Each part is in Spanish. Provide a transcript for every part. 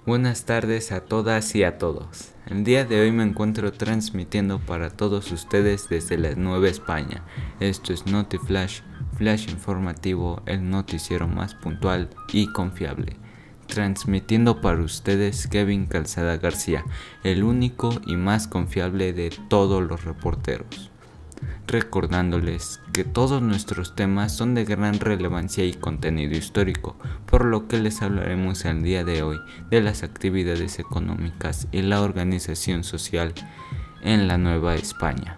Buenas tardes a todas y a todos. El día de hoy me encuentro transmitiendo para todos ustedes desde la Nueva España. Esto es NotiFlash, Flash informativo, el noticiero más puntual y confiable. Transmitiendo para ustedes Kevin Calzada García, el único y más confiable de todos los reporteros. Recordándoles que todos nuestros temas son de gran relevancia y contenido histórico, por lo que les hablaremos el día de hoy de las actividades económicas y la organización social en la Nueva España.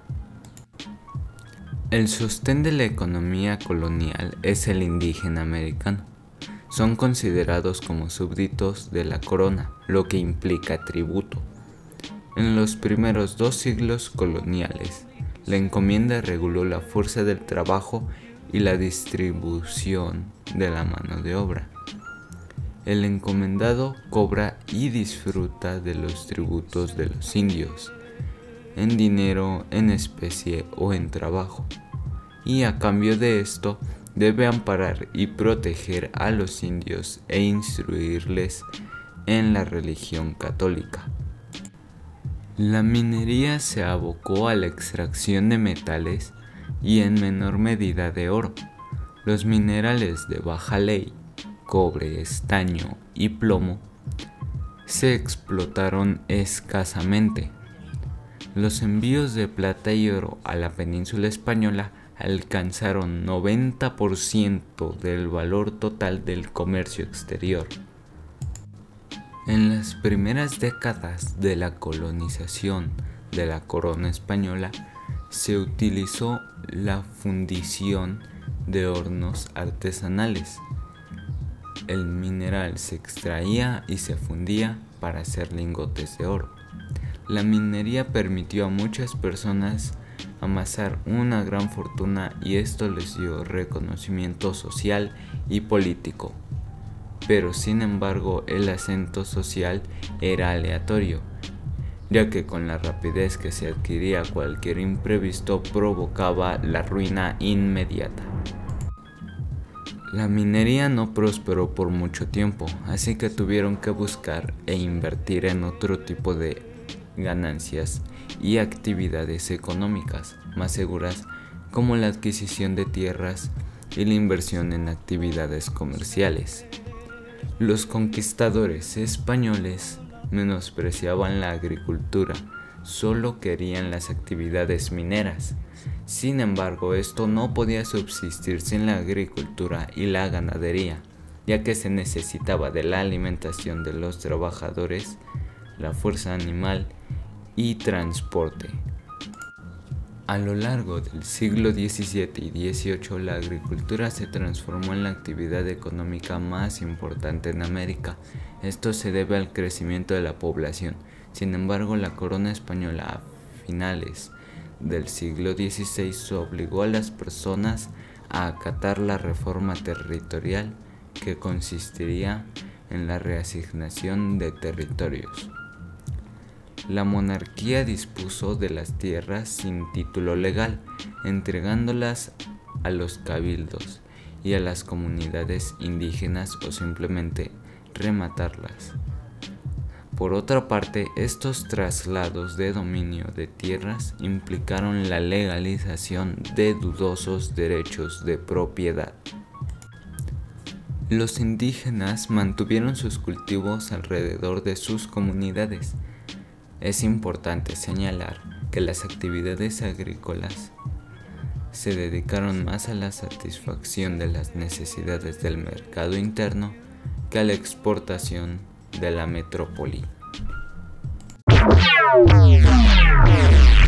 El sostén de la economía colonial es el indígena americano. Son considerados como súbditos de la corona, lo que implica tributo. En los primeros 2 siglos coloniales, la encomienda reguló la fuerza del trabajo y la distribución de la mano de obra. El encomendado cobra y disfruta de los tributos de los indios, en dinero, en especie o en trabajo, y a cambio de esto debe amparar y proteger a los indios e instruirles en la religión católica. La minería se abocó a la extracción de metales y en menor medida de oro. Los minerales de baja ley, cobre, estaño y plomo, se explotaron escasamente. Los envíos de plata y oro a la península española alcanzaron 90% del valor total del comercio exterior. En las primeras décadas de la colonización de la corona española, se utilizó la fundición de hornos artesanales. El mineral se extraía y se fundía para hacer lingotes de oro. La minería permitió a muchas personas amasar una gran fortuna y esto les dio reconocimiento social y político. Pero sin embargo el ascenso social era aleatorio, ya que con la rapidez que se adquiría cualquier imprevisto provocaba la ruina inmediata. La minería no prosperó por mucho tiempo, así que tuvieron que buscar e invertir en otro tipo de ganancias y actividades económicas más seguras, como la adquisición de tierras y la inversión en actividades comerciales. Los conquistadores españoles menospreciaban la agricultura, solo querían las actividades mineras. Sin embargo, esto no podía subsistir sin la agricultura y la ganadería, ya que se necesitaba de la alimentación de los trabajadores, la fuerza animal y transporte. A lo largo del siglo XVII y XVIII, la agricultura se transformó en la actividad económica más importante en América. Esto se debe al crecimiento de la población. Sin embargo, la corona española a finales del siglo XVI obligó a las personas a acatar la reforma territorial, que consistiría en la reasignación de territorios. La monarquía dispuso de las tierras sin título legal, entregándolas a los cabildos y a las comunidades indígenas o simplemente rematarlas. Por otra parte, estos traslados de dominio de tierras implicaron la legalización de dudosos derechos de propiedad. Los indígenas mantuvieron sus cultivos alrededor de sus comunidades. Es importante señalar que las actividades agrícolas se dedicaron más a la satisfacción de las necesidades del mercado interno que a la exportación de la metrópoli.